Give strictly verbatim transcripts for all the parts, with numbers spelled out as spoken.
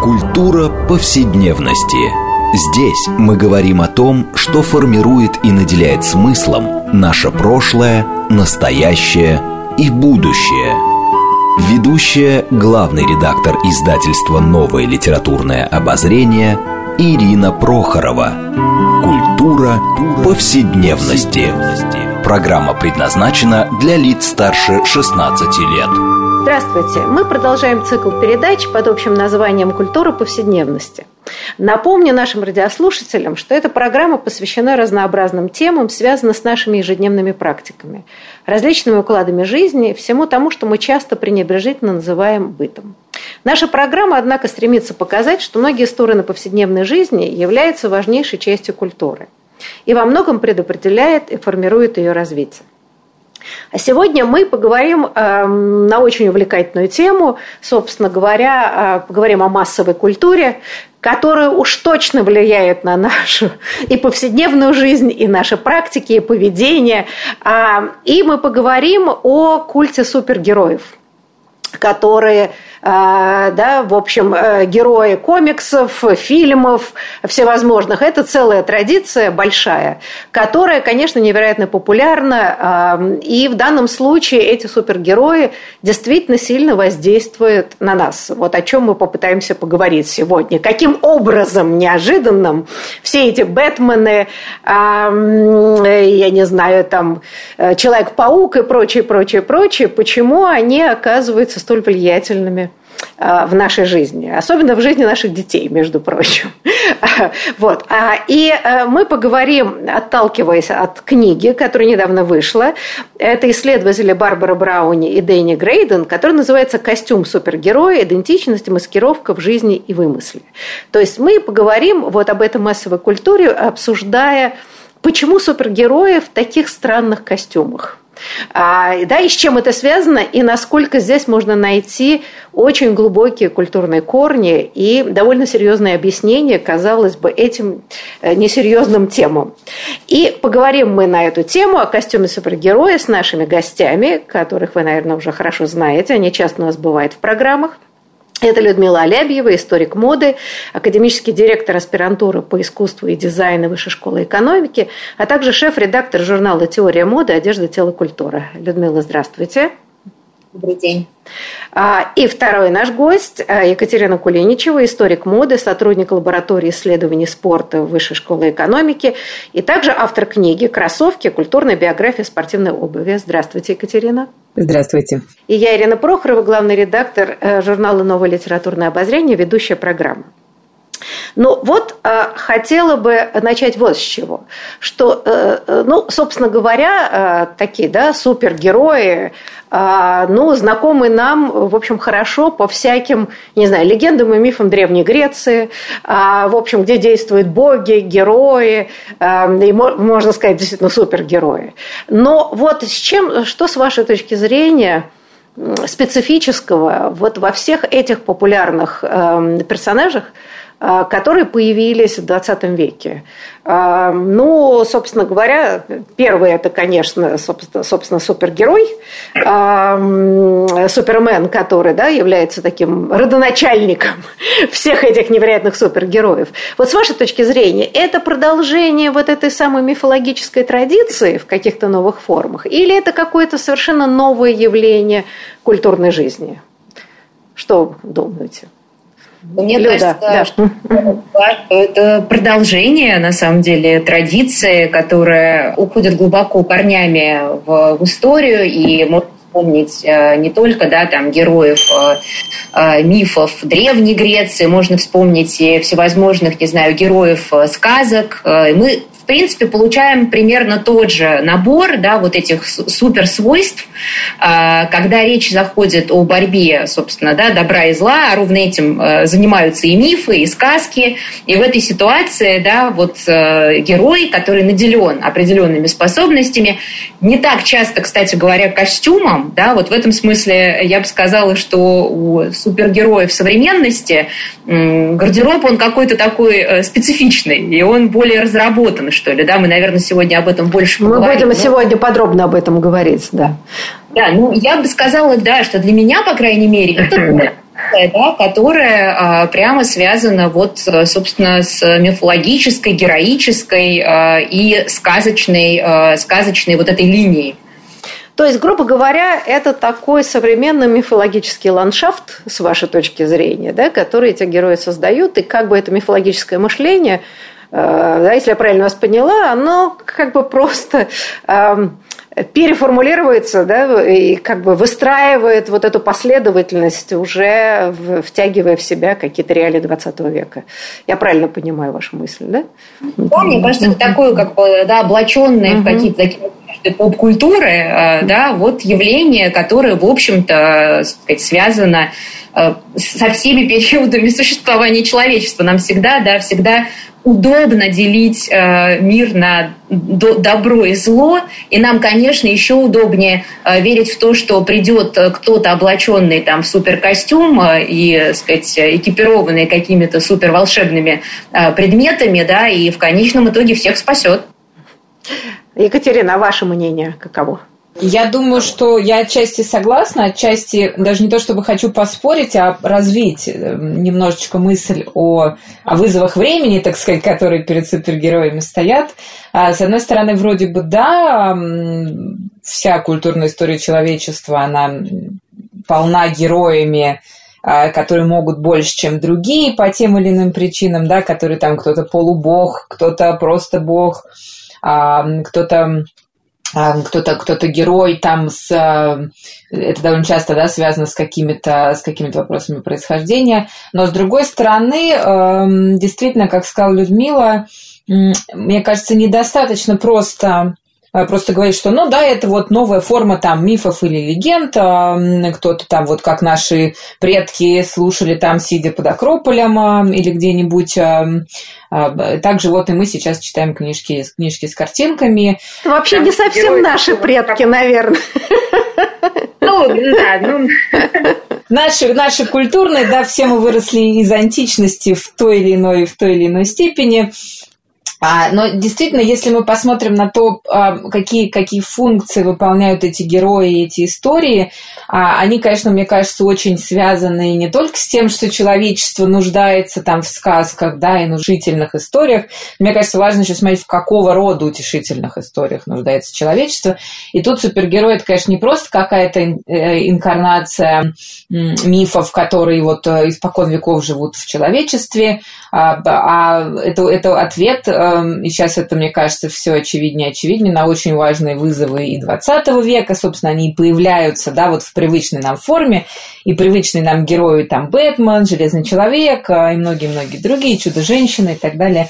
Культура повседневности. Здесь мы говорим о том, что формирует и наделяет смыслом наше прошлое, настоящее и будущее. Ведущая, главный редактор издательства «Новое литературное обозрение» Ирина Прохорова. Культура повседневности. Программа предназначена для лиц старше шестнадцати лет. Здравствуйте! Мы продолжаем цикл передач под общим названием «Культура повседневности». Напомню нашим радиослушателям, что эта программа посвящена разнообразным темам, связанным с нашими ежедневными практиками, различными укладами жизни, всему тому, что мы часто пренебрежительно называем бытом. Наша программа, однако, стремится показать, что многие стороны повседневной жизни являются важнейшей частью культуры и во многом предопределяет и формирует ее развитие. А сегодня мы поговорим э, на очень увлекательную тему, собственно говоря, э, поговорим о массовой культуре, которая уж точно влияет на нашу и повседневную жизнь, и наши практики, и поведение. Э, и мы поговорим о культе супергероев, которые, да, в общем, герои комиксов, фильмов всевозможных. Это целая традиция большая, которая, конечно, невероятно популярна. И в данном случае эти супергерои действительно сильно воздействуют на нас. Вот о чем мы попытаемся поговорить сегодня. Каким образом неожиданным все эти Бэтмены, я не знаю, там, Человек-паук и прочее, прочее, прочее, почему они оказываются столь влиятельными в нашей жизни, особенно в жизни наших детей, между прочим. Вот. И мы поговорим, отталкиваясь от книги, которая недавно вышла. Это исследователи Барбара Брауни и Дэнни Грейден, которая называется «Костюм супергероя. Идентичность и маскировка в жизни и вымысле». То есть мы поговорим вот об этой массовой культуре, обсуждая, почему супергерои в таких странных костюмах. А, да, и с чем это связано, и насколько здесь можно найти очень глубокие культурные корни и довольно серьезное объяснение, казалось бы, этим несерьезным темам. И поговорим мы на эту тему о костюме супергероя с нашими гостями, которых вы, наверное, уже хорошо знаете, они часто у нас бывают в программах. Это Людмила Алябьева, историк моды, академический директор аспирантуры по искусству и дизайну Высшей школы экономики, а также шеф-редактор журнала «Теория моды. Одежда, тело, культура». Людмила, здравствуйте. Добрый день. И второй наш гость Екатерина Кулиничева, историк моды, сотрудник лаборатории исследований спорта Высшей школы экономики и также автор книги «Кроссовки. Культурная биография спортивной обуви». Здравствуйте, Екатерина. Здравствуйте. И я, Ирина Прохорова, главный редактор журнала «Новое литературное обозрение», ведущая программы. Ну вот э, хотела бы начать вот с чего, что, э, ну, собственно говоря, э, такие, да, супергерои, э, ну, знакомы нам, в общем, хорошо по всяким, не знаю, легендам и мифам Древней Греции, э, в общем, где действуют боги, герои, э, и, можно сказать, действительно супергерои. Но вот с чем, что с вашей точки зрения специфического вот во всех этих популярных э, персонажах, которые появились в двадцатом веке. Ну, собственно говоря, первый – это, конечно, собственно, собственно супергерой, Супермен, который, да, является таким родоначальником всех этих невероятных супергероев. Вот с вашей точки зрения, это продолжение вот этой самой мифологической традиции в каких-то новых формах, или это какое-то совершенно новое явление культурной жизни? Что вы думаете? Мне Люда, кажется, да. что это продолжение, на самом деле, традиции, которая уходит глубоко корнями в, в историю, и можно вспомнить не только, да, там, героев мифов Древней Греции, можно вспомнить и всевозможных, не знаю, героев сказок. Мы, в принципе, получаем примерно тот же набор, да, вот этих суперсвойств, когда речь заходит о борьбе, собственно, да, добра и зла, а ровно этим занимаются и мифы, и сказки. И в этой ситуации, да, вот герой, который наделен определенными способностями, не так часто, кстати говоря, костюмом, да, вот в этом смысле я бы сказала, что у супергероев современности гардероб, он какой-то такой специфичный, и он более разработан, что ли, да, мы, наверное, сегодня об этом больше поговорим. Мы будем но... сегодня подробно об этом говорить, да. Да, ну, я бы сказала, да, что для меня, по крайней мере, это такая, да, которая прямо связана вот, собственно, с мифологической, героической и сказочной, сказочной вот этой линией. То есть, грубо говоря, это такой современный мифологический ландшафт, с вашей точки зрения, да, который эти герои создают, и как бы это мифологическое мышление, да, если я правильно вас поняла, оно как бы просто э, переформулируется, да, и как бы выстраивает вот эту последовательность, уже втягивая в себя какие-то реалии двадцатого века. Я правильно понимаю вашу мысль, да? Да, мне кажется, это такое, как бы, да, облаченное в какие-то такие поп-культуры, да, вот явление, которое, в общем-то, сказать, связано со всеми периодами существования человечества. Нам всегда, да, всегда удобно делить мир на добро и зло, и нам, конечно, еще удобнее верить в то, что придет кто-то, облаченный там в суперкостюм и, сказать, экипированный какими-то суперволшебными предметами, да, и в конечном итоге всех спасет. Екатерина, а ваше мнение каково? Я думаю, что я отчасти согласна, отчасти даже не то, чтобы хочу поспорить, а развить немножечко мысль о, о вызовах времени, так сказать, которые перед супергероями стоят. С одной стороны, вроде бы да, вся культурная история человечества, она полна героями, которые могут больше, чем другие по тем или иным причинам, да, которые там кто-то полубог, кто-то просто бог, кто-то... Кто-то, кто-то герой там с... Это довольно часто, да, связано с какими-то, с какими-то вопросами происхождения. Но, с другой стороны, действительно, как сказала Людмила, мне кажется, недостаточно просто... Просто говорить, что, ну да, это вот новая форма там мифов или легенд, кто-то там, вот как наши предки слушали там, сидя под Акрополем или где-нибудь. Также вот и мы сейчас читаем книжки, книжки с картинками. Вообще там не совсем герои, наши предки, наверное. Ну, да, ну... Наши, наши культурные, да, все мы выросли из античности в той или иной, в той или иной степени. Но действительно, если мы посмотрим на то, какие, какие функции выполняют эти герои, эти истории, они, конечно, мне кажется, очень связаны не только с тем, что человечество нуждается там в сказках, да, и утешительных историях. Мне кажется, важно еще смотреть, в какого рода утешительных историях нуждается человечество. И тут супергерой – это, конечно, не просто какая-то инкарнация мифов, которые вот испокон веков живут в человечестве, а это, это ответ. И сейчас это, мне кажется, все очевиднее и очевиднее на очень важные вызовы и двадцатого века. Собственно, они и появляются, да, вот в привычной нам форме. И привычные нам герои, там, Бэтмен, Железный человек и многие-многие другие, Чудо-женщины и так далее.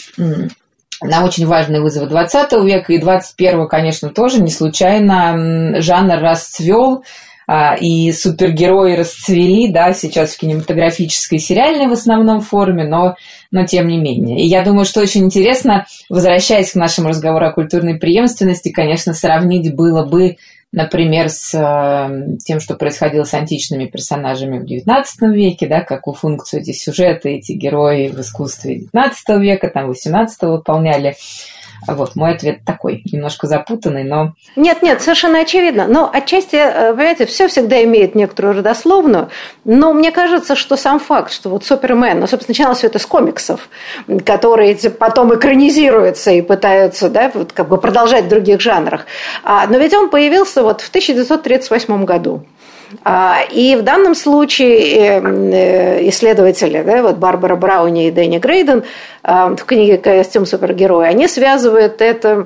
На очень важные вызовы двадцатого века и двадцать первого, конечно, тоже не случайно жанр расцвел. И супергерои расцвели, да, сейчас в кинематографической и сериальной в основном форме, но, но тем не менее. И я думаю, что очень интересно, возвращаясь к нашему разговору о культурной преемственности, конечно, сравнить было бы, например, с тем, что происходило с античными персонажами в девятнадцатом веке, да, какую функцию эти сюжеты, эти герои в искусстве девятнадцатого века, там, восемнадцатого выполняли. Вот, мой ответ такой, немножко запутанный, но... Нет, нет, совершенно очевидно. Но отчасти, понимаете, все всегда имеет некоторую родословную, но мне кажется, что сам факт, что вот Супермен, ну, собственно, начиналось все это с комиксов, которые потом экранизируются и пытаются, да, вот как бы продолжать в других жанрах. Но ведь он появился вот в тысяча девятьсот тридцать восьмом году. И в данном случае исследователи, да, вот Барбара Брауни и Дэнни Грейден в книге «Костюм супергероя», они связывают это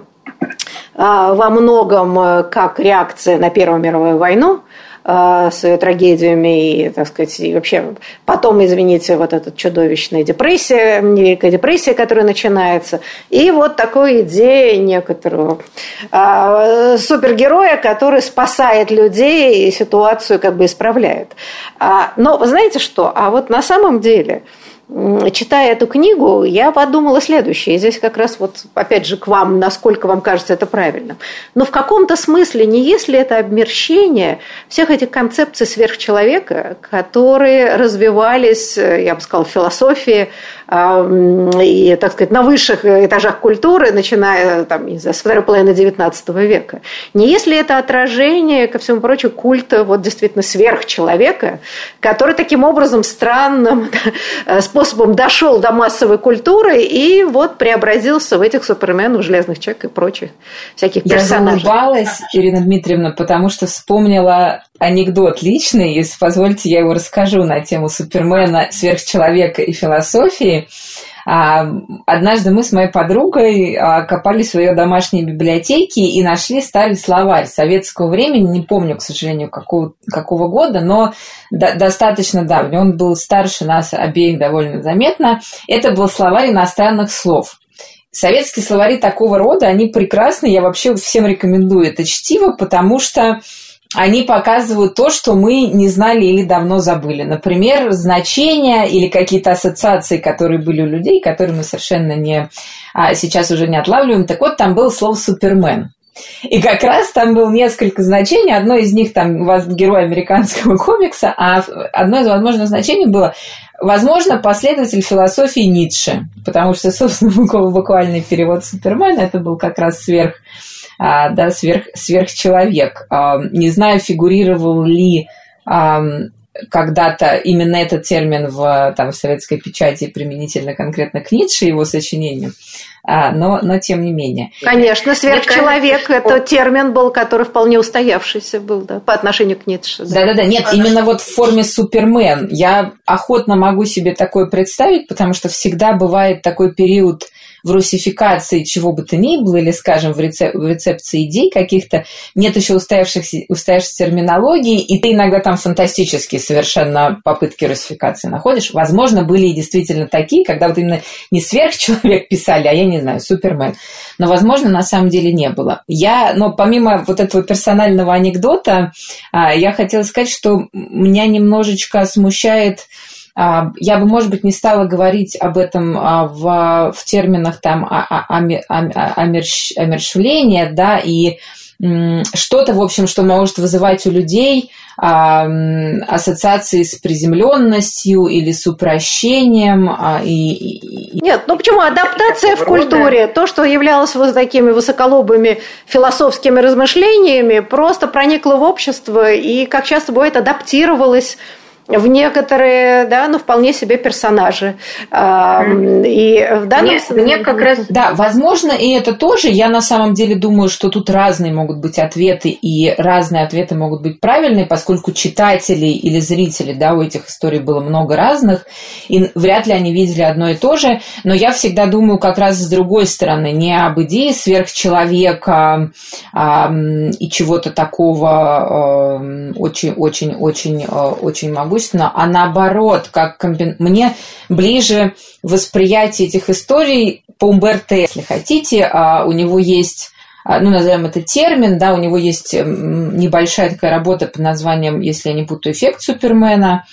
во многом как реакция на Первую мировую войну, с ее трагедиями и, так сказать, и вообще потом, извините, вот эта чудовищная депрессия, Великая депрессия, которая начинается, и вот такой идея некоторого а, супергероя, который спасает людей и ситуацию как бы исправляет. А, но вы знаете что? А вот на самом деле, читая эту книгу, я подумала следующее. И здесь как раз вот, опять же, к вам, насколько вам кажется это правильным. Но в каком-то смысле, не если это обмерщение всех этих концепций сверхчеловека, которые развивались, я бы сказала, в философии и, так сказать, на высших этажах культуры, начиная там, не знаю, с второй половины девятнадцатого века. Не есть ли это отражение, ко всему прочему, культа вот, действительно сверхчеловека, который таким образом странным способом дошел до массовой культуры и вот преобразился в этих суперменов, железных человек и прочих всяких персонажей? Я улыбалась, Ирина Дмитриевна, потому что вспомнила анекдот личный, если позволите, я его расскажу на тему Супермена, сверхчеловека и философии. Однажды мы с моей подругой копались в ее домашней библиотеке и нашли старый словарь советского времени, не помню, к сожалению, какого, какого года, но до, достаточно давний. Он был старше нас обеих довольно заметно. Это был словарь иностранных слов. Советские словари такого рода, они прекрасны, я вообще всем рекомендую это чтиво, потому что они показывают то, что мы не знали или давно забыли. Например, значения или какие-то ассоциации, которые были у людей, которые мы совершенно не, а сейчас уже не отлавливаем. Так вот, там было слово «супермен». И как раз там было несколько значений. Одно из них там герой американского комикса, а одно из возможных значений было, возможно, последователь философии Ницше. Потому что, собственно, буквальный перевод «супермена» это был как раз сверх... да, сверх, сверхчеловек. Не знаю, фигурировал ли когда-то именно этот термин в, там, в советской печати применительно конкретно к Ницше, его сочинению, но, но тем не менее. Конечно, сверхчеловек – это термин был, который вполне устоявшийся был, да, по отношению к Ницше. Да-да-да, нет, именно вот в форме Супермен. Я охотно могу себе такое представить, потому что всегда бывает такой период в русификации чего бы то ни было, или, скажем, в, рецеп- в рецепции идей каких-то, нет еще устоявшихся, устоявшейся терминологии, и ты иногда там фантастические совершенно попытки русификации находишь. Возможно, были и действительно такие, когда вот именно не сверхчеловек писали, а я не знаю, Супермен. Но, возможно, на самом деле не было. Я, но помимо вот этого персонального анекдота, я хотела сказать, что меня немножечко смущает. Я бы, может быть, не стала говорить об этом в, в терминах там омерщвления, да, и что-то, в общем, что может вызывать у людей ассоциации с приземленностью или с упрощением. И, и... Нет, ну почему? Адаптация в культуре, то, что являлось вот такими высоколобыми философскими размышлениями, просто проникло в общество и, как часто бывает, адаптировалось в некоторые, да, ну, вполне себе персонажи. И в данном случае... Мне как раз... Да, возможно, и это тоже. Я на самом деле думаю, что тут разные могут быть ответы, и разные ответы могут быть правильные, поскольку читателей или зрителей, да, у этих историй было много разных, и вряд ли они видели одно и то же. Но я всегда думаю как раз с другой стороны, не об идее сверхчеловека а, и чего-то такого очень-очень-очень-очень могу, а наоборот, как комбин... мне ближе восприятие этих историй по Умберто, если хотите. У него есть, ну, назовем это термин, да, у него есть небольшая такая работа под названием, если я не путаю, «Эффект Супермена»,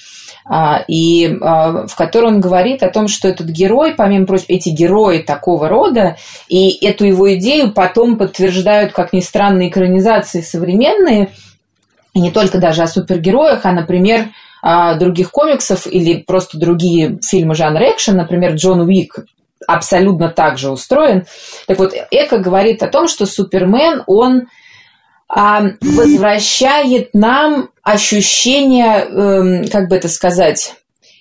и в которой он говорит о том, что этот герой, помимо прочего, эти герои такого рода, и эту его идею потом подтверждают, как ни странно, экранизации современные, и не только даже о супергероях, а, например, других комиксов или просто другие фильмы жанра экшен, например, Джон Уик абсолютно так же устроен. Так вот, Эко говорит о том, что Супермен, он а, возвращает нам ощущение, э, как бы это сказать,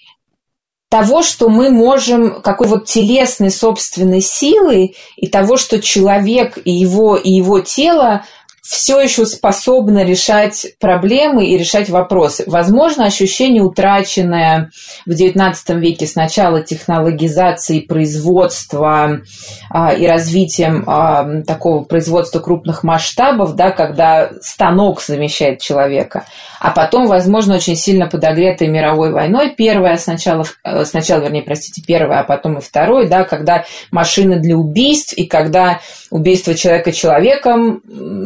того, что мы можем, какой вот телесной собственной силы и того, что человек и его, и его тело все еще способны решать проблемы и решать вопросы. Возможно, ощущение, утраченное в девятнадцатом веке с начала технологизации производства а, и развитием а, такого производства крупных масштабов, да, когда станок замещает человека, а потом, возможно, очень сильно подогретой мировой войной, первая сначала, сначала, вернее, простите, первая, а потом и второй, да, когда машины для убийств и когда убийство человека человеком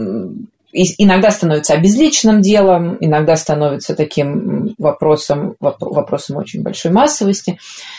иногда становится обезличенным делом, иногда становится таким вопросом, вопросом очень большой массовости.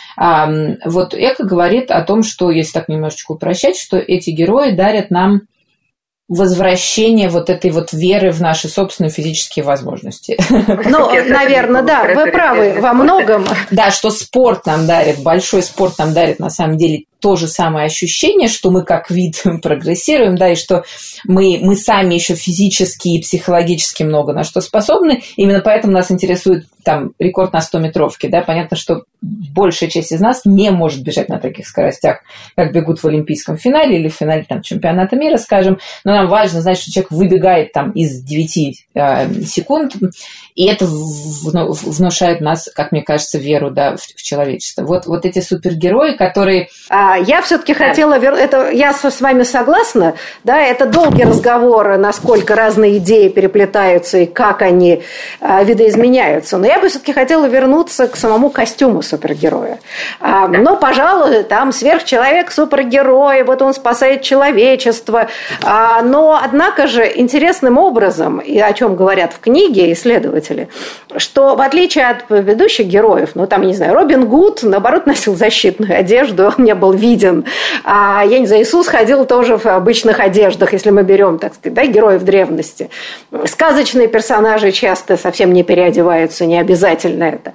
Вот Эко говорит о том, что, если так немножечко упрощать, что эти герои дарят нам возвращение вот этой вот веры в наши собственные физические возможности. Ну, наверное, да, вы правы во многом. Да, что спорт нам дарит, большой спорт нам дарит на самом деле то же самое ощущение, что мы как вид прогрессируем, да, и что мы, мы сами еще физически и психологически много на что способны. Именно поэтому нас интересует там рекорд на стометровке, да, понятно, что большая часть из нас не может бежать на таких скоростях, как бегут в олимпийском финале или в финале там чемпионата мира, скажем, но нам важно знать, что человек выбегает там из девяти э, секунд, и это внушает нас, как мне кажется, веру, да, в, в человечество. Вот, вот эти супергерои, которые... А я все-таки да. хотела... Это, я с вами согласна, да, это долгий разговор, насколько разные идеи переплетаются и как они а, видоизменяются. Но я бы все-таки хотела вернуться к самому костюму супергероя. А, но, пожалуй, там сверхчеловек, супергерой, вот он спасает человечество. А, но, однако же, интересным образом, и о чем говорят в книге исследователи, что в отличие от предыдущих героев, ну там, я не знаю, Робин Гуд, наоборот, носил защитную одежду, он не был виден. А, я не знаю, Иисус ходил тоже в обычных одеждах, если мы берем, так сказать, да, героев древности. Сказочные персонажи часто совсем не переодеваются, не обязательно это.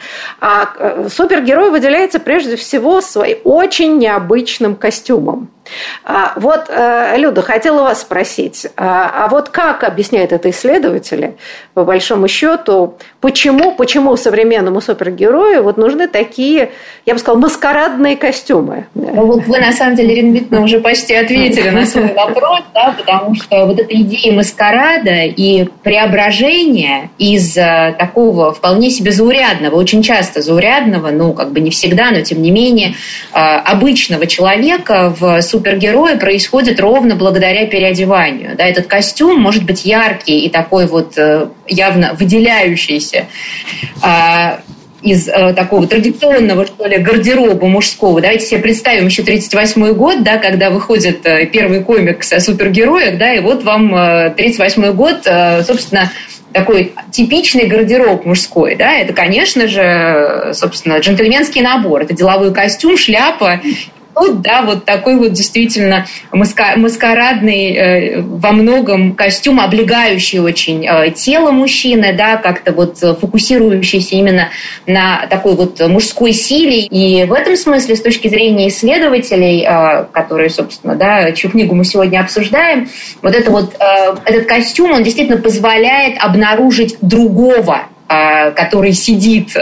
А супергерой выделяется прежде всего своим очень необычным костюмом. А, вот, Люда, хотела вас спросить, а, а вот как объясняют это исследователи, по большому счету, почему, почему современному супергерою вот нужны такие, я бы сказала, маскарадные костюмы? Ну, вот вы, на самом деле, Ирина Викторовна, уже почти ответили на свой вопрос, да, потому что вот эта идея маскарада и преображения из такого вполне себе заурядного, очень часто заурядного, ну, как бы не всегда, но тем не менее, обычного человека в супергероя происходит ровно благодаря переодеванию. Да, этот костюм может быть яркий и такой вот явно выделяющийся а, из а, такого традиционного, что ли, гардероба мужского. Давайте себе представим еще тридцать восьмой год, да, когда выходит первый комикс о супергероях, да, и вот вам тридцать восьмой год, собственно, такой типичный гардероб мужской, да, это, конечно же, собственно, джентльменский набор. Это деловой костюм, шляпа. Тут, да, вот такой вот действительно маска- маскарадный э, во многом костюм, облегающий очень э, тело мужчины, да, как-то вот фокусирующийся именно на такой вот мужской силе. И в этом смысле, с точки зрения исследователей, э, которые, собственно, да, чью книгу мы сегодня обсуждаем, вот, это вот э, этот костюм, он действительно позволяет обнаружить другого, который сидит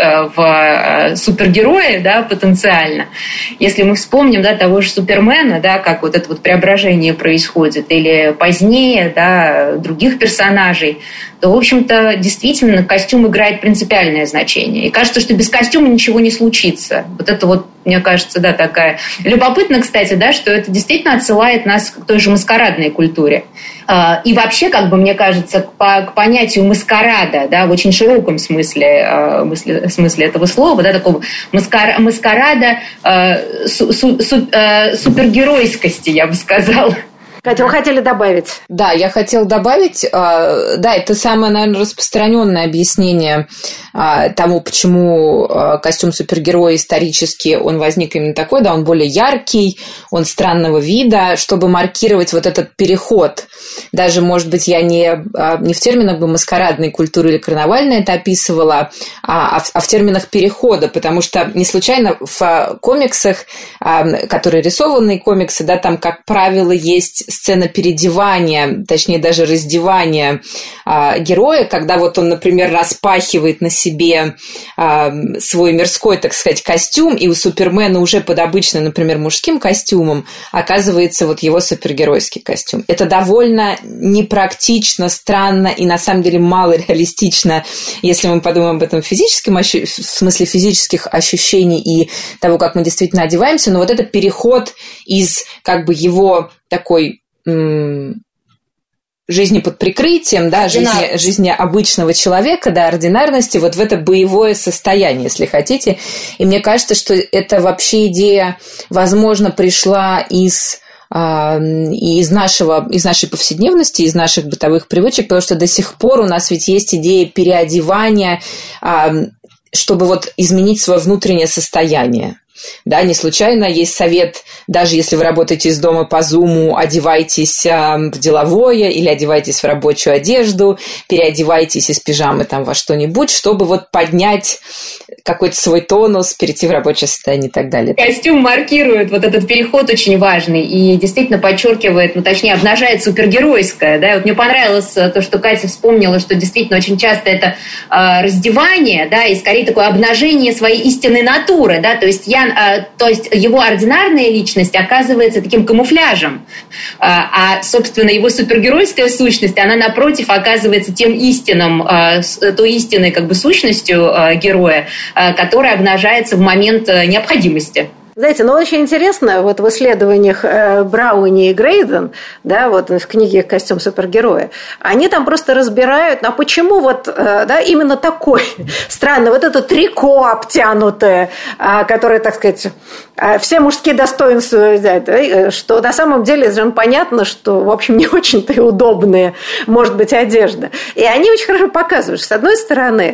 в супергерое, да, потенциально. Если мы вспомним, да, того же Супермена, да, как вот это вот преображение происходит, или позднее, да, других персонажей, то, в общем-то, действительно костюм играет принципиальное значение. И кажется, что без костюма ничего не случится. Вот это вот, мне кажется, да, такая... Любопытно, кстати, да, что это действительно отсылает нас к той же маскарадной культуре. И вообще, как бы, мне кажется, к, к понятию маскарада, да, в очень широком смысле, смысле, смысле этого слова, да, такого маскар, маскарада су, су, су, супергеройскости, я бы сказала. Катя, вы хотели добавить? Да, я хотела добавить, да, это самое, наверное, распространенное объяснение тому, почему костюм супергероя исторически он возник именно такой, да, он более яркий, он странного вида, чтобы маркировать вот этот переход. Даже, может быть, я не, не в терминах бы маскарадной культуры или карнавальной это описывала, а, а в терминах перехода, потому что не случайно в комиксах, которые рисованные комиксы, да, там, как правило, есть сцена переодевания, точнее даже раздевания а, героя, когда вот он, например, распахивает на себе а, свой мирской, так сказать, костюм, и у Супермена уже под обычным, например, мужским костюмом оказывается вот его супергеройский костюм. Это довольно непрактично, странно и на самом деле мало реалистично, если мы подумаем об этом в физическом, в смысле физических ощущений и того, как мы действительно одеваемся, но вот этот переход из как бы его такой м- жизни под прикрытием, да, жизни, жизни обычного человека, да, ординарности, вот в это боевое состояние, если хотите. И мне кажется, что это вообще идея, возможно, пришла из... И из, нашего, из нашей повседневности, из наших бытовых привычек, потому что до сих пор у нас ведь есть идея переодевания, чтобы вот изменить свое внутреннее состояние. Да, не случайно есть совет, даже если вы работаете из дома по Zoom, одевайтесь в деловое или одевайтесь в рабочую одежду, переодевайтесь из пижамы там во что-нибудь, чтобы вот поднять какой-то свой тонус, перейти в рабочее состояние и так далее. Костюм маркирует вот этот переход очень важный и действительно подчеркивает, ну, точнее, обнажает супергеройское. Да? Вот мне понравилось то, что Катя вспомнила, что действительно очень часто это э, раздевание, да, и скорее такое обнажение своей истинной натуры. Да? То есть, я, э, то есть его ординарная личность оказывается таким камуфляжем, э, а, собственно, его супергеройская сущность, она, напротив, оказывается тем истинным, э, той истинной как бы сущностью э, героя, которая обнажается в момент необходимости. Знаете, ну очень интересно, вот в исследованиях Брауни и Грейден, да, вот в книге «Костюм супергероя», они там просто разбирают, а почему вот, да, именно такой странный, вот это трико обтянутое, которое, так сказать, все мужские достоинства взять, что на самом деле же понятно, что, в общем, не очень-то и удобная может быть одежда. И они очень хорошо показывают, что, с одной стороны,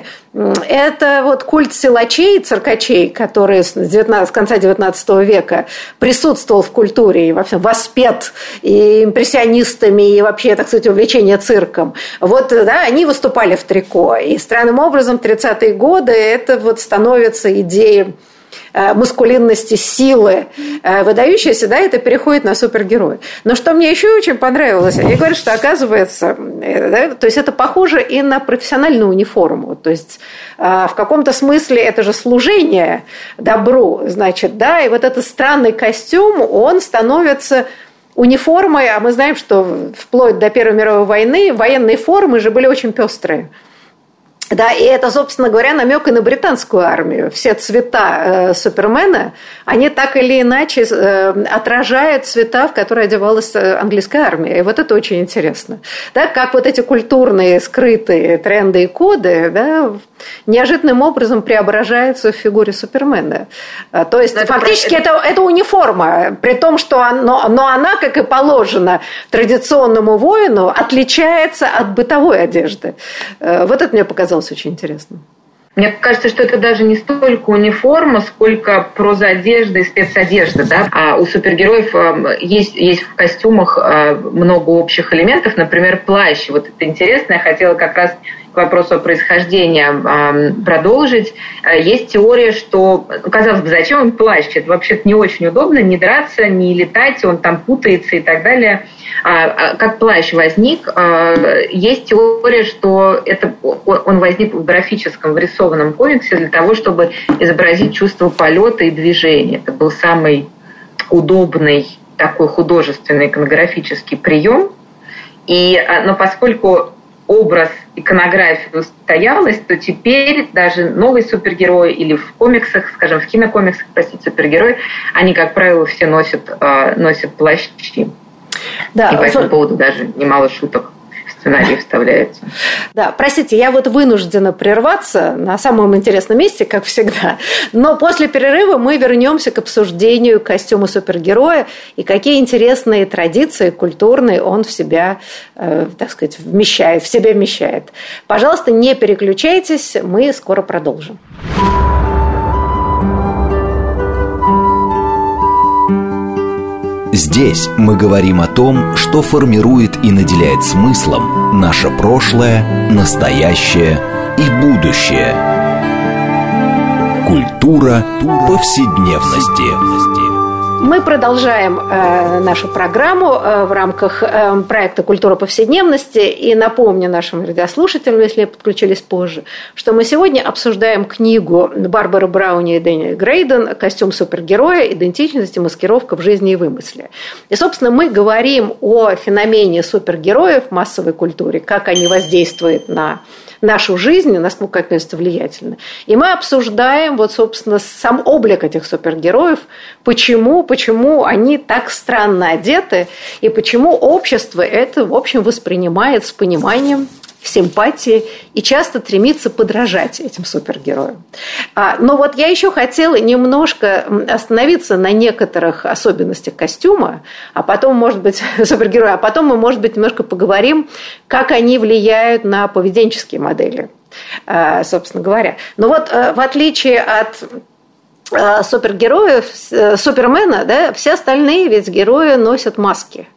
это вот культ силачей, циркачей, которые с, девятнадцатого, с конца девятнадцатого века присутствовал в культуре и во всем воспет и импрессионистами, и вообще, так сказать, увлечение цирком. Вот, да, они выступали в трико. И странным образом в тридцатые годы это вот становится идеей маскулинности, силы выдающейся, да, это переходит на супергероя. Но что мне еще очень понравилось, они говорят, что оказывается, да, то есть это похоже и на профессиональную униформу, то есть в каком-то смысле это же служение добру, значит, да, и вот этот странный костюм, он становится униформой, а мы знаем, что вплоть до Первой мировой войны военные формы же были очень пестрые. Да, и это, собственно говоря, намек и на британскую армию. Все цвета э, Супермена, они так или иначе э, отражают цвета, в которые одевалась английская армия. И вот это очень интересно. Да, как вот эти культурные, скрытые тренды и коды, да, неожиданным образом преображаются в фигуре Супермена. То есть, это фактически, это... Это, это униформа, при том, что оно, но она, как и положено традиционному воину, отличается от бытовой одежды. Вот это мне показалось очень интересно. Мне кажется, что это даже не столько униформа, сколько прозодежда и спецодежда. Да? А у супергероев есть, есть в костюмах много общих элементов, например, плащ. Вот это интересно, я хотела как раз к вопросу о происхождении продолжить. Есть теория, что, казалось бы, зачем им плащ? Это вообще-то не очень удобно, не драться, не летать, он там путается и так далее. Как плащ возник? Есть теория, что это, он возник в графическом, в рисованном комиксе для того, чтобы изобразить чувство полета и движения. Это был самый удобный такой художественный иконографический прием. И, но поскольку образ иконографии устоялась, то теперь даже новые супергерои или в комиксах, скажем, в кинокомиксах, простите, супергерои, они, как правило, все носят, носят плащи. Да, и по этому поводу даже немало шуток в сценарии вставляется. Да, простите, я вот вынуждена прерваться на самом интересном месте, как всегда. Но после перерыва мы вернемся к обсуждению костюма супергероя и какие интересные традиции культурные он в себя, э, так сказать, вмещает, в себя вмещает. Пожалуйста, не переключайтесь, мы скоро продолжим. Здесь мы говорим о том, что формирует и наделяет смыслом наше прошлое, настоящее и будущее. Культура повседневности. Мы продолжаем э, нашу программу э, в рамках э, проекта «Культура повседневности». И напомню нашим радиослушателям, если подключились позже, что мы сегодня обсуждаем книгу Барбары Брауни и Дэниела Грейден «Костюм супергероя. Идентичность и маскировка в жизни и вымысле». И, собственно, мы говорим о феномене супергероев в массовой культуре, как они воздействуют на нашу жизнь, насколько относятся влиятельно. И мы обсуждаем, вот, собственно, сам облик этих супергероев, почему, почему они так странно одеты, и почему общество это, в общем, воспринимает с пониманием, симпатии и часто стремится подражать этим супергероям. Но вот я еще хотела немножко остановиться на некоторых особенностях костюма, а потом, может быть, супергероя, а потом мы, может быть, немножко поговорим, как они влияют на поведенческие модели, собственно говоря. Но вот в отличие от супергероев, Супермена, да, все остальные ведь герои носят маски.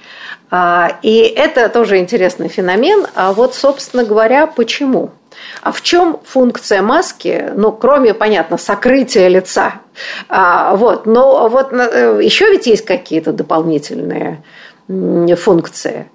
И это тоже интересный феномен. А вот, собственно говоря, почему? А в чем функция маски? Ну, кроме, понятно, сокрытия лица. А, вот, но вот еще ведь есть какие-то дополнительные функции.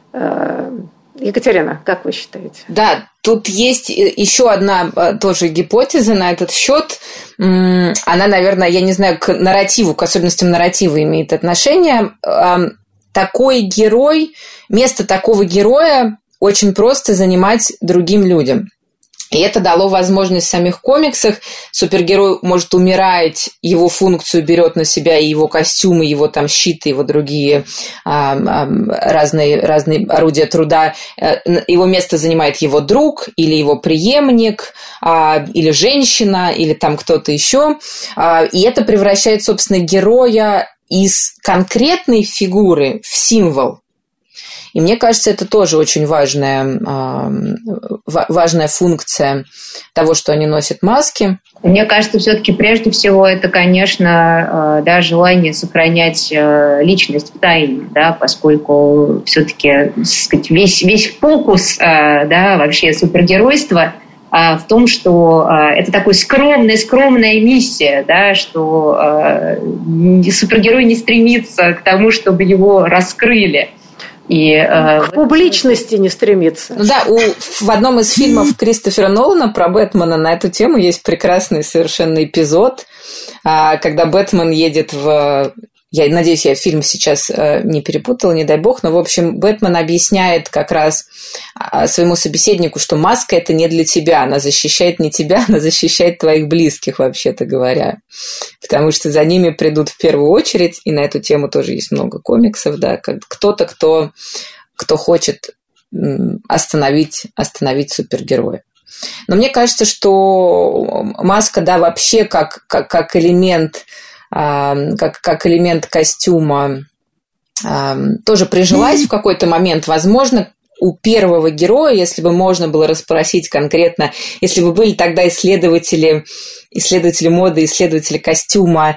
Екатерина, как вы считаете? Да, тут есть еще одна тоже гипотеза на этот счет. Она, наверное, я не знаю, к нарративу, к особенностям нарратива имеет отношение. Такой герой, место такого героя очень просто занимать другим людям. И это дало возможность в самих комиксах. Супергерой может умирать, его функцию берет на себя и его костюмы, его там щиты, его другие а, а, разные, разные орудия труда. Его место занимает его друг или его преемник, а, или женщина, или там кто-то еще. А, и это превращает, собственно, героя из конкретной фигуры в символ. И мне кажется, это тоже очень важная, важная функция того, что они носят маски. Мне кажется, все-таки прежде всего это, конечно, да, желание сохранять личность в тайне, да, поскольку все-таки, так сказать, весь, весь фокус, да, вообще супергеройства в том, что это такая скромная, скромная миссия, да, что супергерой не стремится к тому, чтобы его раскрыли. И, э, к публичности не стремится. Ну да, у, в одном из фильмов Кристофера Нолана про Бэтмена на эту тему есть прекрасный совершенно эпизод, когда Бэтмен едет в... Я надеюсь, я фильм сейчас не перепутала, не дай бог, но, в общем, Бэтмен объясняет как раз своему собеседнику, что маска – это не для тебя, она защищает не тебя, она защищает твоих близких, вообще-то говоря. Потому что за ними придут в первую очередь, и на эту тему тоже есть много комиксов, да, кто-то, кто, кто хочет остановить, остановить супергероя. Но мне кажется, что маска, да, вообще как, как, как элемент... Как, как элемент костюма тоже прижилась в какой-то момент. Возможно, у первого героя, если бы можно было расспросить конкретно, если бы были тогда исследователи, исследователи моды, исследователи костюма,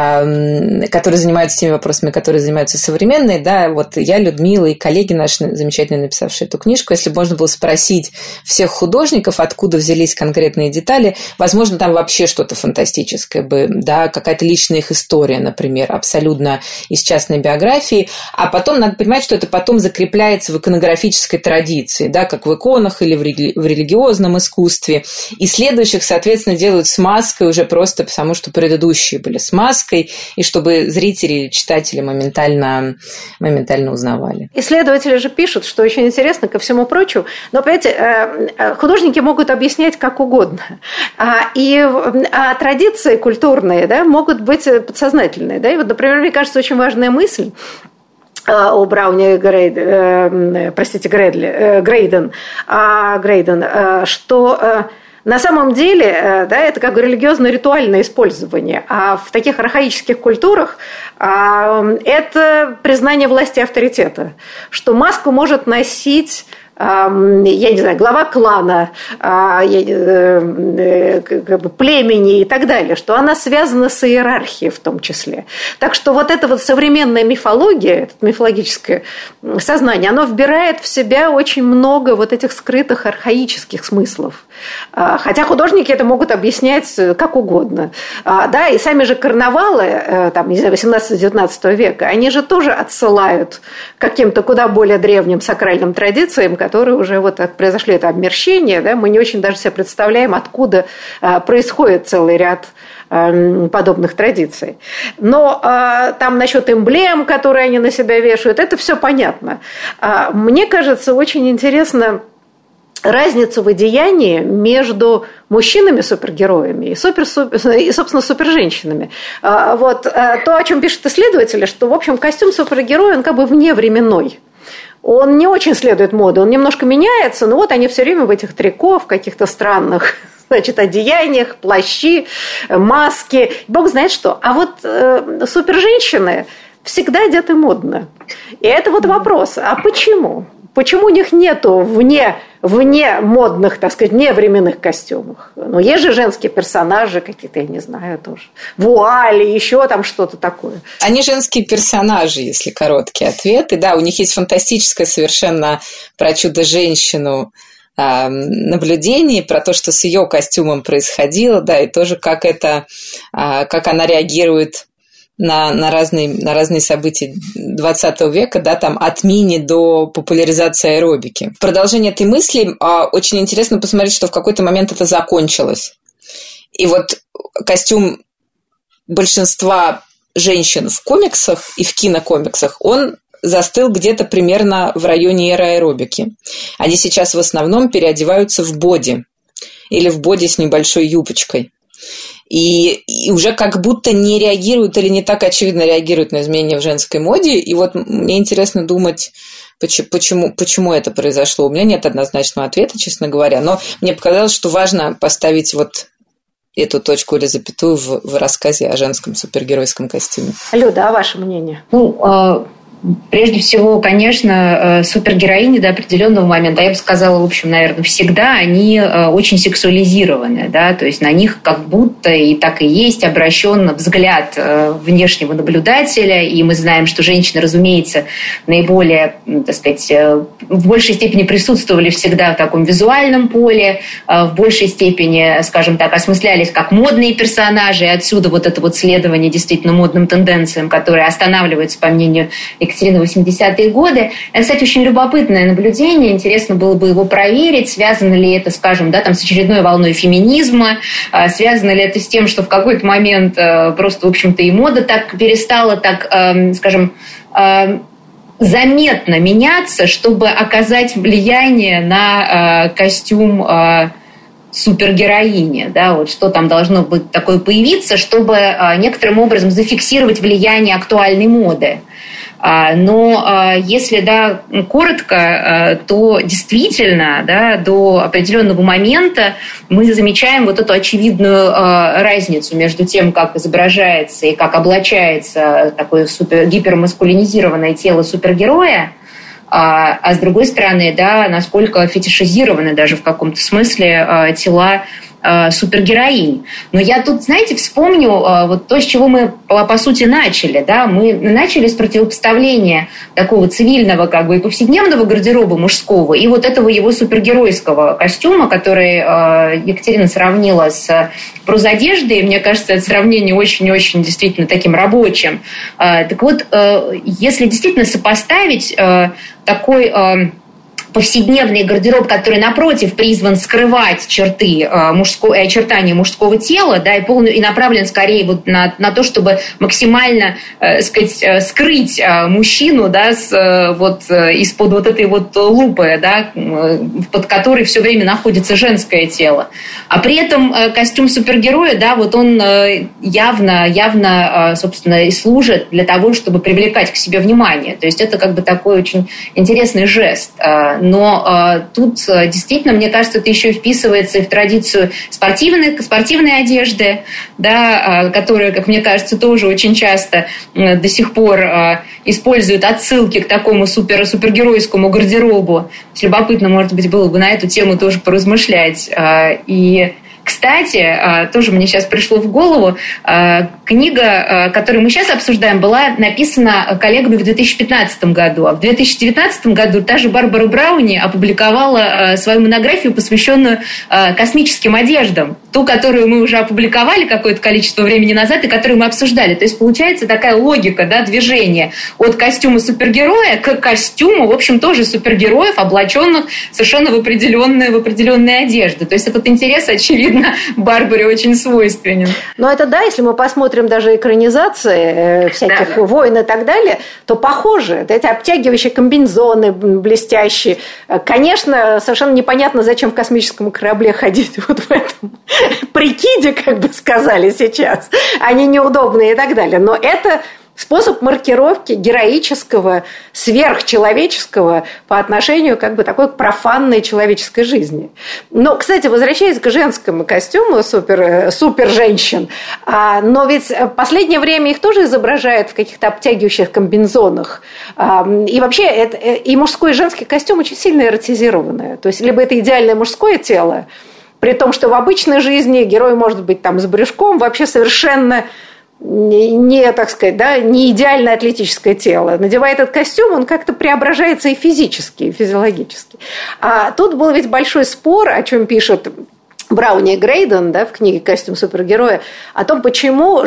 которые занимаются теми вопросами, которые занимаются современные, да, вот я, Людмила и коллеги наши, замечательно написавшие эту книжку, если бы можно было спросить всех художников, откуда взялись конкретные детали, возможно, там вообще что-то фантастическое бы, да, какая-то личная их история, например, абсолютно из частной биографии, а потом надо понимать, что это потом закрепляется в иконографической традиции, да, как в иконах или в религиозном искусстве, и следующих, соответственно, делают с маской уже просто потому, что предыдущие были с маской, и чтобы зрители, читатели моментально, моментально узнавали. Исследователи же пишут, что очень интересно, ко всему прочему, но, понимаете, художники могут объяснять как угодно, и а традиции культурные, да, могут быть подсознательные, да, и вот, например, мне кажется, очень важная мысль о Брауне Грейд, э, простите, Грейдли, э, Грейден, э, Грейден, э, что э, на самом деле э, да, это как религиозно-ритуальное использование, а в таких архаических культурах э, это признание власти и авторитета, что маску может носить, я не знаю, глава клана, племени и так далее, что она связана с иерархией в том числе. Так что вот эта вот современная мифология, это мифологическое сознание, оно вбирает в себя очень много вот этих скрытых архаических смыслов. Хотя художники это могут объяснять как угодно. Да, и сами же карнавалы, там, не знаю, восемнадцатого-девятнадцатого века, они же тоже отсылают к каким-то куда более древним сакральным традициям, которые уже вот произошли, это обмерщение, да, мы не очень даже себе представляем, откуда происходит целый ряд подобных традиций. Но там насчет эмблем, которые они на себя вешают, это все понятно. Мне кажется, очень интересно разницу в одеянии между мужчинами-супергероями и, супер, и, собственно, суперженщинами. Вот то, о чем пишут исследователи, что, в общем, костюм супергероя, он как бы вневременной. Он не очень следует моде, он немножко меняется, но вот они все время в этих трико, в каких-то странных, значит, одеяниях, плащи, маски, бог знает что. А вот э, суперженщины всегда одеты модно. И это вот вопрос, а почему? почему у них нету вне, вне модных, так сказать, вне временных костюмов? Ну, есть же женские персонажи какие-то, я не знаю, тоже. Вуали, еще там что-то такое. Они женские персонажи, если короткий ответ. И да, у них есть фантастическое совершенно про чудо-женщину наблюдение про то, что с ее костюмом происходило, да, и тоже как это, как она реагирует на, на, разные, на разные события двадцатого века, да, там от мини до популяризации аэробики. В продолжение этой мысли очень интересно посмотреть, что в какой-то момент это закончилось. И вот костюм большинства женщин в комиксах и в кинокомиксах, он застыл где-то примерно в районе эры аэробики. Они сейчас в основном переодеваются в боди или в боди с небольшой юбочкой. И, и уже как будто не реагируют или не так очевидно реагируют на изменения в женской моде. И вот мне интересно думать, почему, почему это произошло. У меня нет однозначного ответа, честно говоря. Но мне показалось, что важно поставить вот эту точку или запятую в, в рассказе о женском супергеройском костюме. Люда, а ваше мнение? Ну, прежде всего, конечно, супергероини до определенного момента, я бы сказала, в общем, наверное, всегда, они очень сексуализированы, да, то есть на них как будто и так и есть обращен взгляд внешнего наблюдателя, и мы знаем, что женщины, разумеется, наиболее, так сказать, в большей степени присутствовали всегда в таком визуальном поле, в большей степени, скажем так, осмыслялись как модные персонажи, и отсюда вот это вот следование действительно модным тенденциям, которые останавливаются, по мнению Екатерины, восьмидесятые годы. Это, кстати, очень любопытное наблюдение. Интересно было бы его проверить. Связано ли это, скажем, да, там, с очередной волной феминизма? Связано ли это с тем, что в какой-то момент просто, в общем-то, и мода так перестала, так, скажем, заметно меняться, чтобы оказать влияние на костюм супергероини, да, вот что там должно быть такое появиться, чтобы некоторым образом зафиксировать влияние актуальной моды. Но если, да, коротко, то действительно, да, до определенного момента мы замечаем вот эту очевидную разницу между тем, как изображается и как облачается такое супер, гипермаскулинизированное тело супергероя, а, а с другой стороны, да, насколько фетишизированы даже в каком-то смысле тела супергероинь. Но я тут, знаете, вспомню вот то, с чего мы, по сути, начали. Да? Мы начали с противопоставления такого цивильного, как бы, и повседневного гардероба мужского и вот этого его супергеройского костюма, который Екатерина сравнила с прозодеждой. Мне кажется, это сравнение очень-очень действительно таким рабочим. Так вот, если действительно сопоставить такой повседневный гардероб, который, напротив, призван скрывать черты мужского, очертания мужского тела, да, и, полную, и направлен скорее вот на, на то, чтобы максимально, э, сказать, скрыть мужчину, да, с, вот, из-под вот этой вот лупы, да, под которой все время находится женское тело. А при этом костюм супергероя, да, вот он явно, явно, собственно, и служит для того, чтобы привлекать к себе внимание. То есть это как бы такой очень интересный жест. Но э, тут э, действительно, мне кажется, это еще и вписывается и в традицию спортивной, спортивной одежды, да, э, которая, как мне кажется, тоже очень часто э, до сих пор э, используют отсылки к такому супер, супергеройскому гардеробу. Любопытно, может быть, было бы на эту тему тоже поразмышлять. Э, и Кстати, тоже мне сейчас пришло в голову, книга, которую мы сейчас обсуждаем, была написана коллегами в две тысячи пятнадцатом году. А в две тысячи девятнадцатом году та же Барбара Брауни опубликовала свою монографию, посвященную космическим одеждам. Ту, которую мы уже опубликовали какое-то количество времени назад и которую мы обсуждали. То есть получается такая логика, да, движения от костюма супергероя к костюму, в общем, тоже супергероев, облаченных совершенно в определенные, в определенные одежды. То есть этот интерес, очевидно, Барбаре очень свойственен. Но это да, если мы посмотрим даже экранизации всяких да. войн и так далее, то похоже. Эти обтягивающие комбинезоны блестящие. Конечно, совершенно непонятно, зачем в космическом корабле ходить вот в этом прикиде, как бы сказали сейчас. Они неудобные и так далее. Но это способ маркировки героического, сверхчеловеческого по отношению как бы такой к профанной человеческой жизни. Но, кстати, возвращаясь к женскому костюму супер, супер женщин, но ведь в последнее время их тоже изображают в каких-то обтягивающих комбинезонах. И вообще это, и мужской, и женский костюм очень сильно эротизированное. То есть либо это идеальное мужское тело, при том, что в обычной жизни герой может быть там с брюшком, вообще совершенно не, так сказать, да, не идеальное атлетическое тело. Надевая этот костюм, он как-то преображается и физически, и физиологически. А тут был ведь большой спор, о чем пишет Брауни и Грейден, да, в книге «Костюм супергероя», о том, почему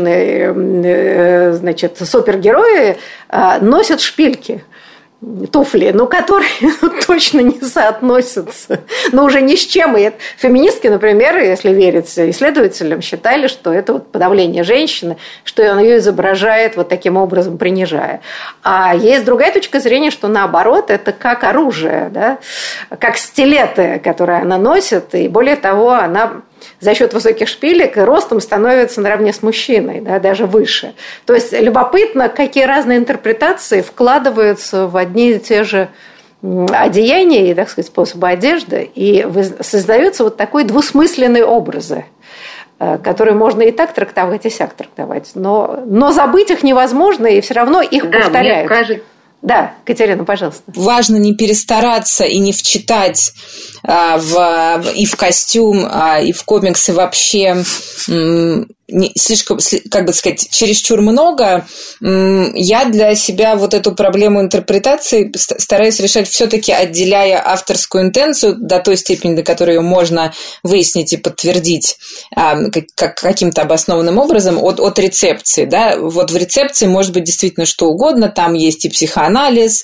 женщины, значит, супергерои носят шпильки. Туфли, ну, которые ну, точно не соотносятся, но уже ни с чем. И феминистки, например, если верить исследователям, считали, что это вот подавление женщины, что он ее изображает вот таким образом, принижая. А есть другая точка зрения, что наоборот, это как оружие, да? Как стилеты, которые она носит, и более того, она за счет высоких шпилек ростом становится наравне с мужчиной, да, даже выше. То есть любопытно, какие разные интерпретации вкладываются в одни и те же одеяния и, так сказать, способы одежды, и создаются вот такой двусмысленные образы, которые можно и так трактовать, и сяк трактовать. Но, но забыть их невозможно, и все равно их да, повторяют. Мне кажется... Да, Катерина, пожалуйста. Важно не перестараться и не вчитать а, в, и в костюм, а, и в комиксы вообще м, не, слишком, как бы сказать, чересчур много. М, я для себя вот эту проблему интерпретации стараюсь решать все-таки, отделяя авторскую интенцию до той степени, до которой ее можно выяснить и подтвердить а, как, каким-то обоснованным образом, от, от рецепции. Да? Вот в рецепции может быть действительно что угодно, там есть и психоанализ, анализ,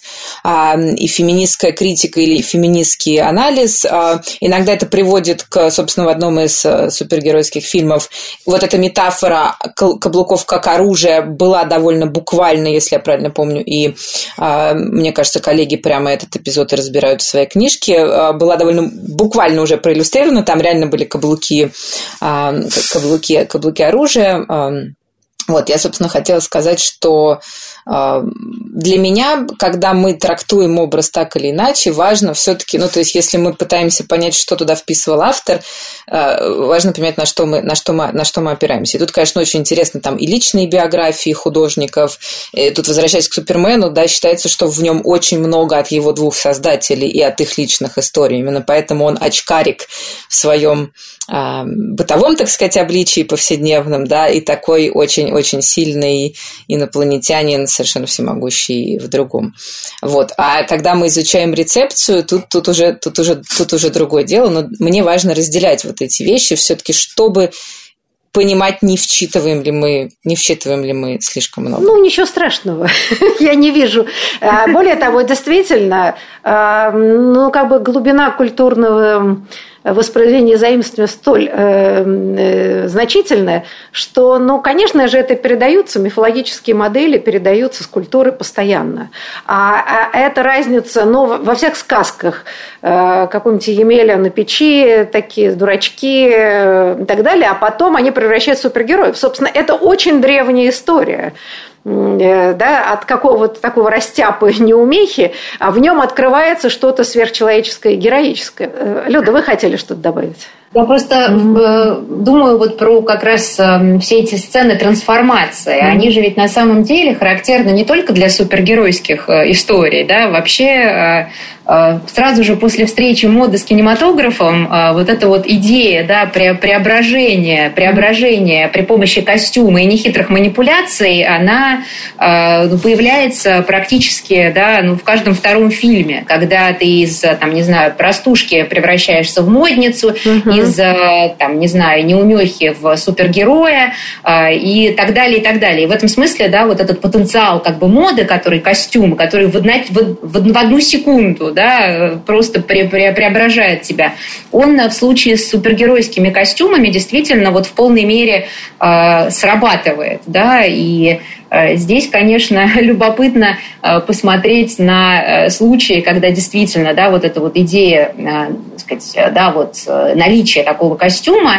и феминистская критика или феминистский анализ. Иногда это приводит к, собственно, в одном из супергеройских фильмов, вот эта метафора каблуков как оружие была довольно буквально, если я правильно помню, и мне кажется, коллеги прямо этот эпизод и разбирают в своей книжке, была довольно буквально уже проиллюстрирована, там реально были каблуки, каблуки, каблуки оружия. Вот, я, собственно, хотела сказать, что э, для меня, когда мы трактуем образ так или иначе, важно все-таки, ну, то есть, если мы пытаемся понять, что туда вписывал автор, э, важно понимать, на что мы, на что мы, на что мы опираемся. И тут, конечно, очень интересно там и личные биографии художников. И тут, возвращаясь к Супермену, да, считается, что в нем очень много от его двух создателей и от их личных историй. Именно поэтому он очкарик в своем э, бытовом, так сказать, обличии повседневном, да, и такой очень очень сильный инопланетянин, совершенно всемогущий в другом. Вот. А когда мы изучаем рецепцию, тут, тут, уже, тут, уже, тут уже другое дело, но мне важно разделять вот эти вещи все-таки, чтобы понимать, не вчитываем ли мы, не вчитываем ли мы слишком много. Ну, ничего страшного, я не вижу. Более того, действительно, ну, как бы глубина культурного воспроизведение заимствования столь э, э, значительное, что, ну, конечно же, это передаются, мифологические модели передаются с культуры постоянно. А, а эта разница, ну, во всех сказках, э, какого-нибудь Емеля на печи, такие дурачки э, и так далее, а потом они превращаются в супергероев. Собственно, это очень древняя история. Да, от какого-то такого растяпы неумехи, а в нем открывается что-то сверхчеловеческое и героическое. Люда, вы хотели что-то добавить? Я просто mm-hmm. думаю вот про как раз все эти сцены трансформации. Mm-hmm. Они же ведь на самом деле характерны не только для супергеройских историй, да, вообще сразу же после встречи моды с кинематографом вот эта вот идея, да, преображения, преображения при помощи костюма и нехитрых манипуляций, она появляется практически, да, ну, в каждом втором фильме, когда ты из, там, не знаю, простушки превращаешься в модницу, mm-hmm. из, там, не знаю, неумехи в супергероя и так далее, и так далее. И в этом смысле, да, вот этот потенциал как бы моды, который костюм, который в, в, в одну секунду, да, просто пре, пре, преображает тебя, он в случае с супергеройскими костюмами действительно вот в полной мере э, срабатывает, да, и э, здесь, конечно, любопытно э, посмотреть на э, случаи, когда действительно, да, вот эта вот идея, э, так сказать, да, вот э, наличия такого костюма,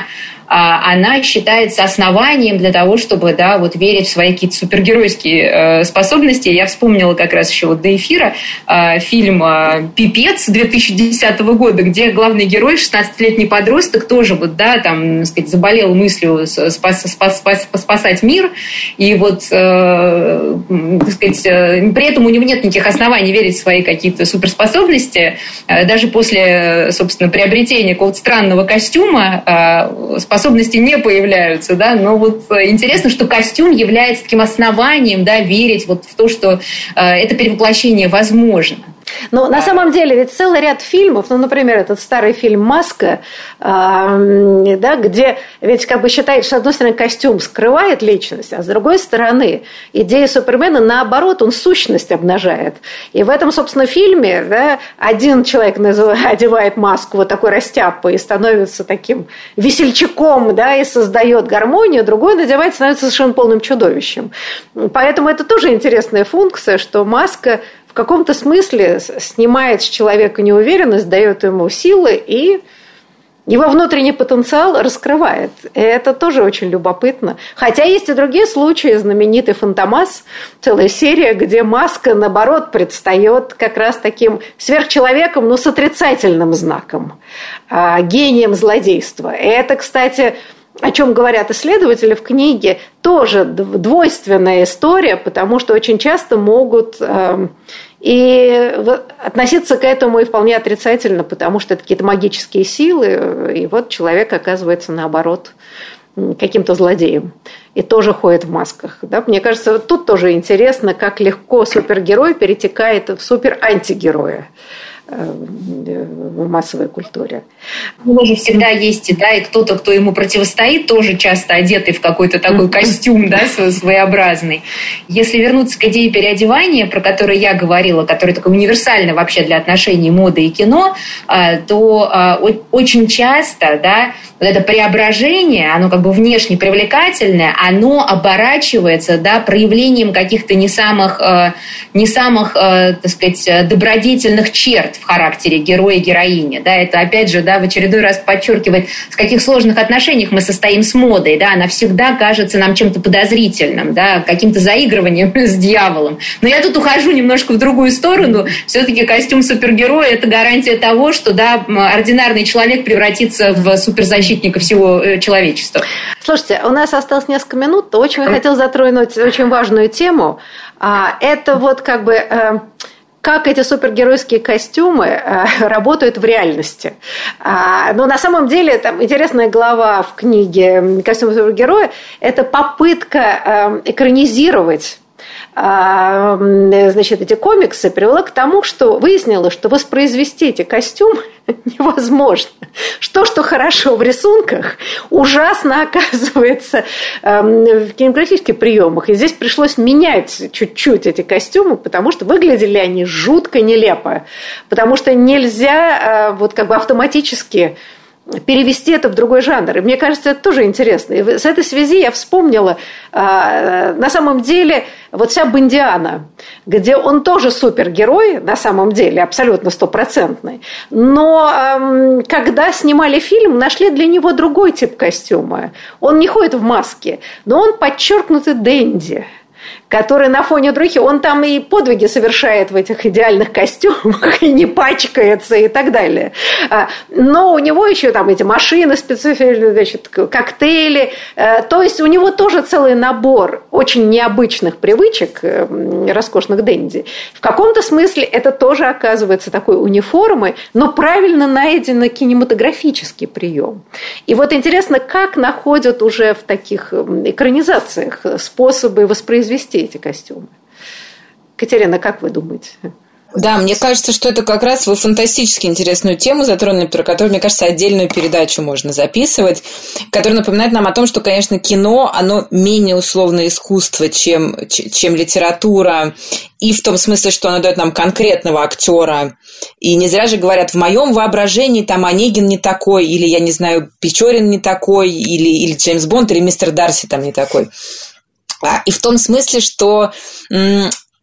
она считается основанием для того, чтобы, да, вот верить в свои какие-то супергеройские способности. Я вспомнила как раз еще вот до эфира фильм «Пипец» две тысячи десятого года, где главный герой, шестнадцатилетний подросток, тоже вот, да, там, так сказать, заболел мыслью спас, спас, спас, спасать мир, и вот, э, так сказать, при этом у него нет никаких оснований верить в свои какие-то суперспособности. Даже после, собственно, приобретения какого-то странного костюма способности не появляются, да, но вот интересно, что костюм является таким основанием, да, верить вот в то, что это перевоплощение возможно. Но на самом деле ведь целый ряд фильмов, ну, например, этот старый фильм «Маска», э, да, где ведь как бы считается, что, с одной стороны, костюм скрывает личность, а с другой стороны, идея Супермена, наоборот, он сущность обнажает. И в этом, собственно, фильме, да, один человек одевает маску вот такой растяпой и становится таким весельчаком, да, и создает гармонию, другой надевает, становится совершенно полным чудовищем. Поэтому это тоже интересная функция, что маска в каком-то смысле снимает с человека неуверенность, дает ему силы и его внутренний потенциал раскрывает. И это тоже очень любопытно. Хотя есть и другие случаи. Знаменитый «Фантомас», целая серия, где маска, наоборот, предстает как раз таким сверхчеловеком, но с отрицательным знаком, гением злодейства. И это, кстати, о чем говорят исследователи в книге, тоже двойственная история, потому что очень часто могут э, и относиться к этому и вполне отрицательно, потому что это какие-то магические силы, и вот человек оказывается, наоборот, каким-то злодеем и тоже ходит в масках. Да? Мне кажется, тут тоже интересно, как легко супергерой перетекает в супер-антигероя в массовой культуре. У него же всегда есть, да, и кто-то, кто ему противостоит, тоже часто одетый в какой-то такой костюм, да, своеобразный. Если вернуться к идее переодевания, про которую я говорила, которая такой универсальна вообще для отношений моды и кино, то очень часто, да, вот это преображение, оно как бы внешне привлекательное, оно оборачивается, да, проявлением каких-то не самых, не самых, так сказать, добродетельных черт в характере героя и героини. Да, это, опять же, да, в очередной раз подчеркивает, в каких сложных отношениях мы состоим с модой. Да, она всегда кажется нам чем-то подозрительным, да, каким-то заигрыванием с дьяволом. Но я тут ухожу немножко в другую сторону. Все-таки костюм супергероя – это гарантия того, что, да, ординарный человек превратится в суперзащитника всего человечества. Слушайте, у нас осталось несколько минут. Очень хотел затронуть очень важную тему. Это вот как бы... как эти супергеройские костюмы э, работают в реальности. А, но на самом деле там интересная глава в книге «Костюм супергероя» – это попытка э, экранизировать значит, эти комиксы, привела к тому, что выяснилось, что воспроизвести эти костюмы невозможно. Что, что хорошо в рисунках, ужасно оказывается в кинематографических приемах. И здесь пришлось менять чуть-чуть эти костюмы, потому что выглядели они жутко нелепо. Потому что нельзя вот как бы автоматически перевести это в другой жанр. И мне кажется, это тоже интересно. И с этой связи я вспомнила, на самом деле, вот вся «Бондиана», где он тоже супергерой, на самом деле, абсолютно стопроцентный. Но когда снимали фильм, нашли для него другой тип костюма. Он не ходит в маске, но он подчеркнутый денди, который на фоне других, он там и подвиги совершает в этих идеальных костюмах, и не пачкается, и так далее. Но у него еще там эти машины специфические, значит, коктейли. То есть у него тоже целый набор очень необычных привычек, роскошных денди. В каком-то смысле это тоже оказывается такой униформой, но правильно найденный кинематографический прием. И вот интересно, как находят уже в таких экранизациях способы воспроизвести эти костюмы. Катерина, как вы думаете? Да, мне кажется, что это как раз вы фантастически интересную тему затронули, про которую, мне кажется, отдельную передачу можно записывать, которая напоминает нам о том, что, конечно, кино, оно менее условное искусство, чем, чем литература, и в том смысле, что оно дает нам конкретного актера. И не зря же говорят, в моем воображении там Онегин не такой, или, я не знаю, Печорин не такой, или, или Джеймс Бонд, или мистер Дарси там не такой. И в том смысле, что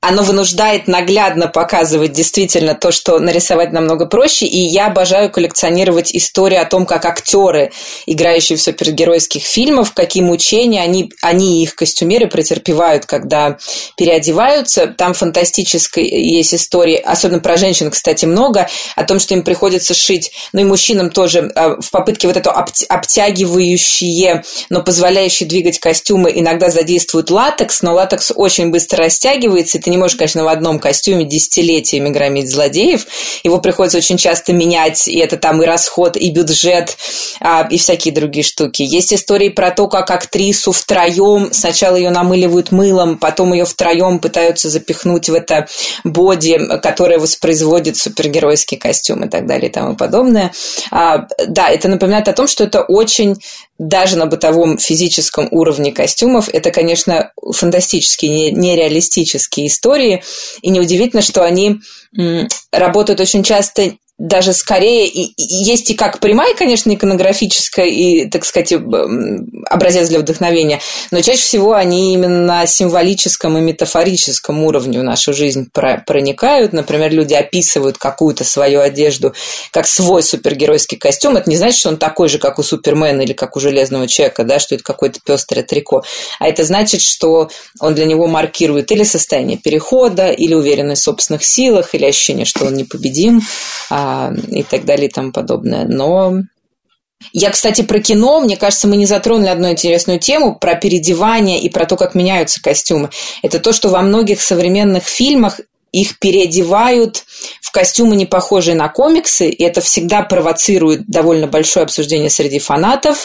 оно вынуждает наглядно показывать действительно то, что нарисовать намного проще. И я обожаю коллекционировать истории о том, как актеры, играющие в супергеройских фильмах, какие мучения они, они и их костюмеры претерпевают, когда переодеваются. Там фантастическая есть истории, особенно про женщин, кстати, много, о том, что им приходится шить, ну и мужчинам тоже, в попытке вот это обтягивающие, но позволяющие двигать костюмы, иногда задействуют латекс, но латекс очень быстро растягивается, и ты не можешь, конечно, в одном костюме десятилетиями громить злодеев. Его приходится очень часто менять, и это там и расход, и бюджет, а, и всякие другие штуки. Есть истории про то, как актрису втроем, сначала ее намыливают мылом, потом ее втроем пытаются запихнуть в это боди, которое воспроизводит супергеройский костюм и так далее и тому подобное. А, да, это напоминает о том, что это очень, даже на бытовом физическом уровне костюмов, это, конечно, фантастические, нереалистические истории. Истории, и неудивительно, что они м, работают очень часто даже скорее, и, и есть и как прямая, конечно, иконографическая и, так сказать, образец для вдохновения, но чаще всего они именно на символическом и метафорическом уровне в нашу жизнь проникают. Например, люди описывают какую-то свою одежду как свой супергеройский костюм. Это не значит, что он такой же, как у Супермена или как у Железного Человека, да, что это какое-то пестрое трико, а это значит, что он для него маркирует или состояние перехода, или уверенность в собственных силах, или ощущение, что он непобедим, и так далее и тому подобное. Но я, кстати, про кино, мне кажется, мы не затронули одну интересную тему про переодевание и про то, как меняются костюмы. Это то, что во многих современных фильмах их переодевают в костюмы, не похожие на комиксы, и это всегда провоцирует довольно большое обсуждение среди фанатов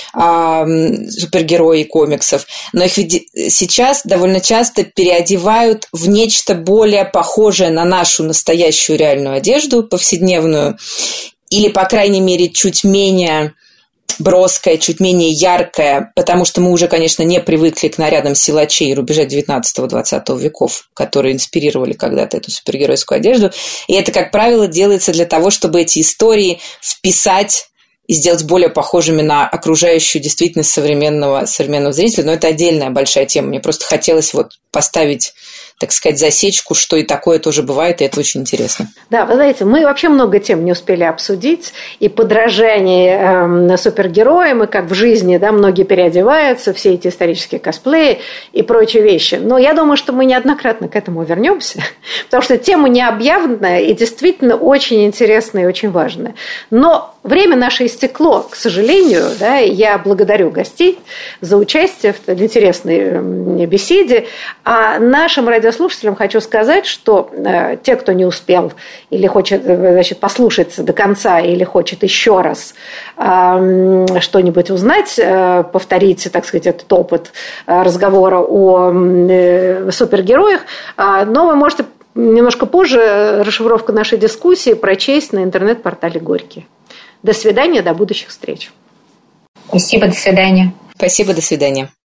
э, супергероев и комиксов. Но их ведь сейчас довольно часто переодевают в нечто более похожее на нашу настоящую реальную одежду повседневную, или, по крайней мере, чуть менее броская, чуть менее яркая, потому что мы уже, конечно, не привыкли к нарядам силачей рубежа девятнадцатого-двадцатого веков, которые инспирировали когда-то эту супергеройскую одежду. И это, как правило, делается для того, чтобы эти истории вписать и сделать более похожими на окружающую действительность современного, современного зрителя. Но это отдельная большая тема. Мне просто хотелось вот поставить, так сказать, засечку, что и такое тоже бывает, и это очень интересно. Да, вы знаете, мы вообще много тем не успели обсудить, и подражание э, супергероям, и как в жизни, да, многие переодеваются, все эти исторические косплеи и прочие вещи. Но я думаю, что мы неоднократно к этому вернемся, потому что тема необъявленная и действительно очень интересная и очень важная. Но время наше истекло, к сожалению, да, я благодарю гостей за участие в интересной беседе, а нашим радиослушателям хочу сказать, что э, те, кто не успел или хочет, значит, послушать до конца или хочет еще раз э, что-нибудь узнать, э, повторить, так сказать, этот опыт э, разговора о э, супергероях, э, но вы можете немножко позже расшифровку нашей дискуссии прочесть на интернет-портале Горький. До свидания, до будущих встреч. Спасибо, до свидания. Спасибо, до свидания.